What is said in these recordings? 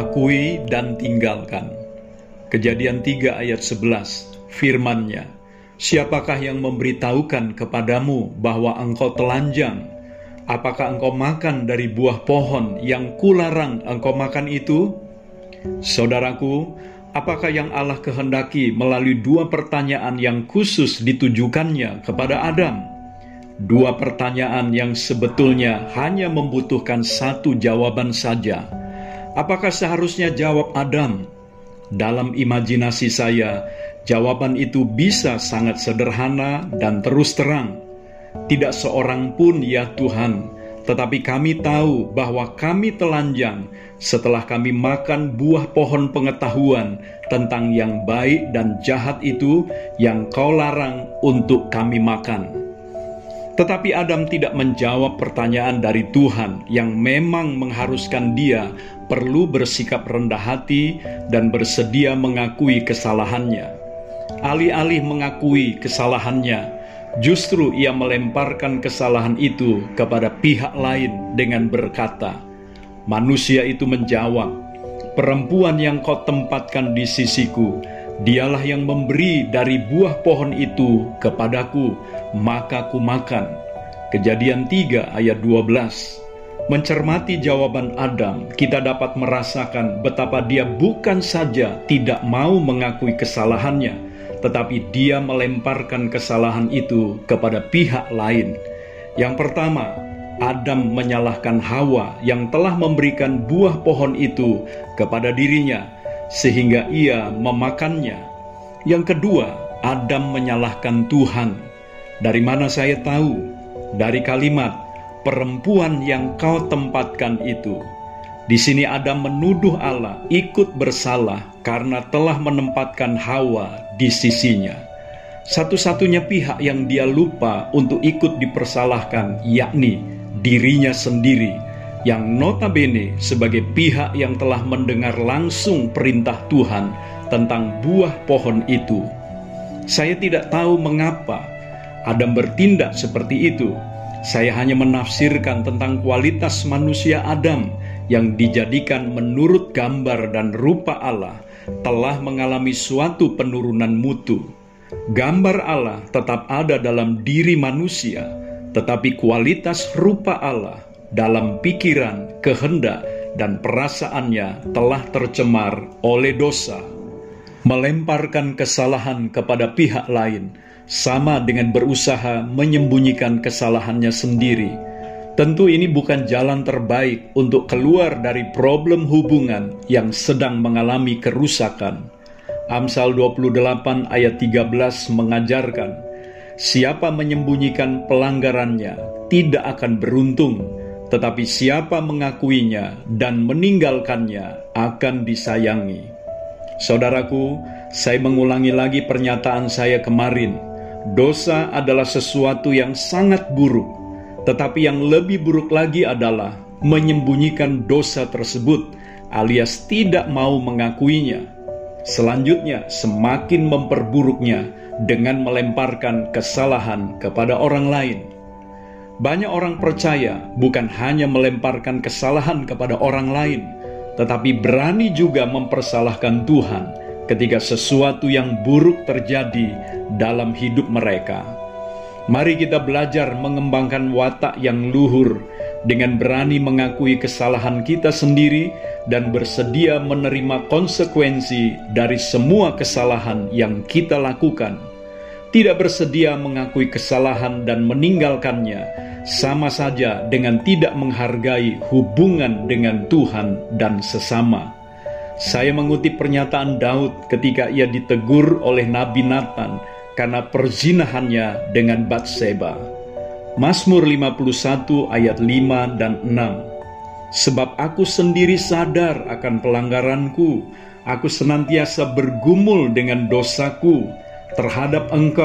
akui dan tinggalkan. Kejadian 3 ayat 11, firman-Nya, siapakah yang memberitahukan kepadamu bahwa engkau telanjang? Apakah engkau makan dari buah pohon yang kularang engkau makan itu? Saudaraku, apakah yang Allah kehendaki melalui dua pertanyaan yang khusus ditujukannya kepada Adam? Dua pertanyaan yang sebetulnya hanya membutuhkan satu jawaban saja. Apakah seharusnya jawab Adam? Dalam imajinasi saya, jawaban itu bisa sangat sederhana dan terus terang. Tidak seorang pun, ya Tuhan, tetapi kami tahu bahwa kami telanjang setelah kami makan buah pohon pengetahuan tentang yang baik dan jahat itu yang Kau larang untuk kami makan. Tetapi Adam tidak menjawab pertanyaan dari Tuhan yang memang mengharuskan dia perlu bersikap rendah hati dan bersedia mengakui kesalahannya. Alih-alih mengakui kesalahannya, justru ia melemparkan kesalahan itu kepada pihak lain dengan berkata, manusia itu menjawab, perempuan yang kau tempatkan di sisiku, dialah yang memberi dari buah pohon itu kepadaku, maka ku makan. Kejadian 3 ayat 12. Mencermati jawaban Adam, kita dapat merasakan betapa dia bukan saja tidak mau mengakui kesalahannya, tetapi dia melemparkan kesalahan itu kepada pihak lain. Yang pertama, Adam menyalahkan Hawa yang telah memberikan buah pohon itu kepada dirinya, sehingga ia memakannya. Yang kedua, Adam menyalahkan Tuhan. Dari mana saya tahu? Dari kalimat, perempuan yang kau tempatkan itu. Di sini Adam menuduh Allah ikut bersalah karena telah menempatkan Hawa di sisinya. Satu-satunya pihak yang dia lupa untuk ikut dipersalahkan, yakni dirinya sendiri, yang notabene sebagai pihak yang telah mendengar langsung perintah Tuhan tentang buah pohon itu. Saya tidak tahu mengapa Adam bertindak seperti itu. Saya hanya menafsirkan tentang kualitas manusia Adam yang dijadikan menurut gambar dan rupa Allah telah mengalami suatu penurunan mutu. Gambar Allah tetap ada dalam diri manusia, tetapi kualitas rupa Allah dalam pikiran, kehendak, dan perasaannya telah tercemar oleh dosa. Melemparkan kesalahan kepada pihak lain sama dengan berusaha menyembunyikan kesalahannya sendiri. Tentu ini bukan jalan terbaik untuk keluar dari problem hubungan yang sedang mengalami kerusakan. Amsal 28 ayat 13 mengajarkan, siapa menyembunyikan pelanggarannya tidak akan beruntung, tetapi siapa mengakuinya dan meninggalkannya akan disayangi. Saudaraku, saya mengulangi lagi pernyataan saya kemarin. Dosa adalah sesuatu yang sangat buruk, tetapi yang lebih buruk lagi adalah menyembunyikan dosa tersebut, alias tidak mau mengakuinya. Selanjutnya, semakin memperburuknya dengan melemparkan kesalahan kepada orang lain. Banyak orang percaya bukan hanya melemparkan kesalahan kepada orang lain, tetapi berani juga mempersalahkan Tuhan ketika sesuatu yang buruk terjadi dalam hidup mereka. Mari kita belajar mengembangkan watak yang luhur dengan berani mengakui kesalahan kita sendiri dan bersedia menerima konsekuensi dari semua kesalahan yang kita lakukan. Tidak bersedia mengakui kesalahan dan meninggalkannya sama saja dengan tidak menghargai hubungan dengan Tuhan dan sesama. Saya mengutip pernyataan Daud ketika ia ditegur oleh Nabi Nathan karena perzinahannya dengan Batseba. Mazmur 51 ayat 5 dan 6. Sebab aku sendiri sadar akan pelanggaranku, aku senantiasa bergumul dengan dosaku. Terhadap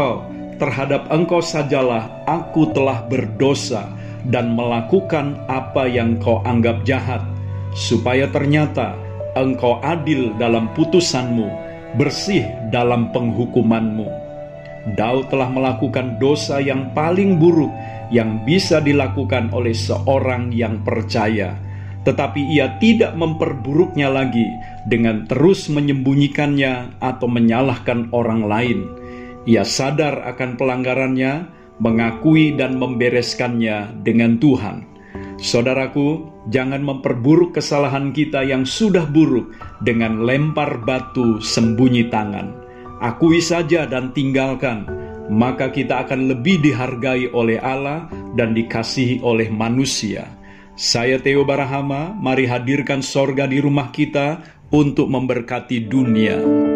engkau sajalah aku telah berdosa dan melakukan apa yang kau anggap jahat, supaya ternyata engkau adil dalam putusanmu, bersih dalam penghukumanmu. Daud telah melakukan dosa yang paling buruk yang bisa dilakukan oleh seorang yang percaya. tetapi ia tidak memperburuknya lagi dengan terus menyembunyikannya atau menyalahkan orang lain. Ia sadar akan pelanggarannya, mengakui dan membereskannya dengan Tuhan. Saudaraku, jangan memperburuk kesalahan kita yang sudah buruk dengan lempar batu sembunyi tangan. Akui saja dan tinggalkan, maka kita akan lebih dihargai oleh Allah dan dikasihi oleh manusia. Saya Theo Barahama, mari hadirkan sorga di rumah kita untuk memberkati dunia.